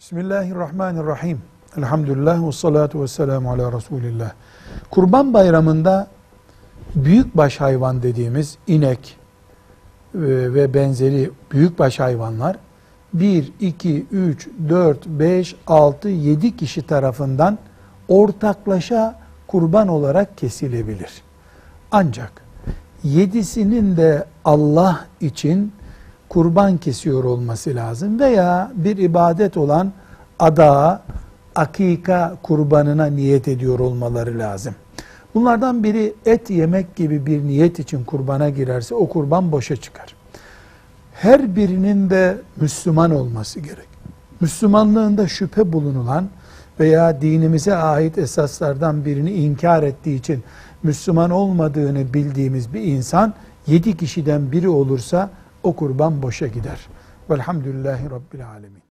Bismillahirrahmanirrahim. Elhamdülillah ve salatu ve selamu ala Resulillah. Kurban Bayramı'nda büyükbaş hayvan dediğimiz inek ve benzeri büyükbaş hayvanlar 1, 2, 3, 4, 5, 6, 7 kişi tarafından ortaklaşa kurban olarak kesilebilir. Ancak 7'sinin de Allah için kurban kesiyor olması lazım veya bir ibadet olan adağa, akika kurbanına niyet ediyor olmaları lazım. Bunlardan biri et yemek gibi bir niyet için kurbana girerse o kurban boşa çıkar. Her birinin de Müslüman olması gerek. Müslümanlığında şüphe bulunulan veya dinimize ait esaslardan birini inkar ettiği için Müslüman olmadığını bildiğimiz bir insan 7 kişiden biri olursa o kurban boşa gider. Velhamdülillahi Rabbil Alemin.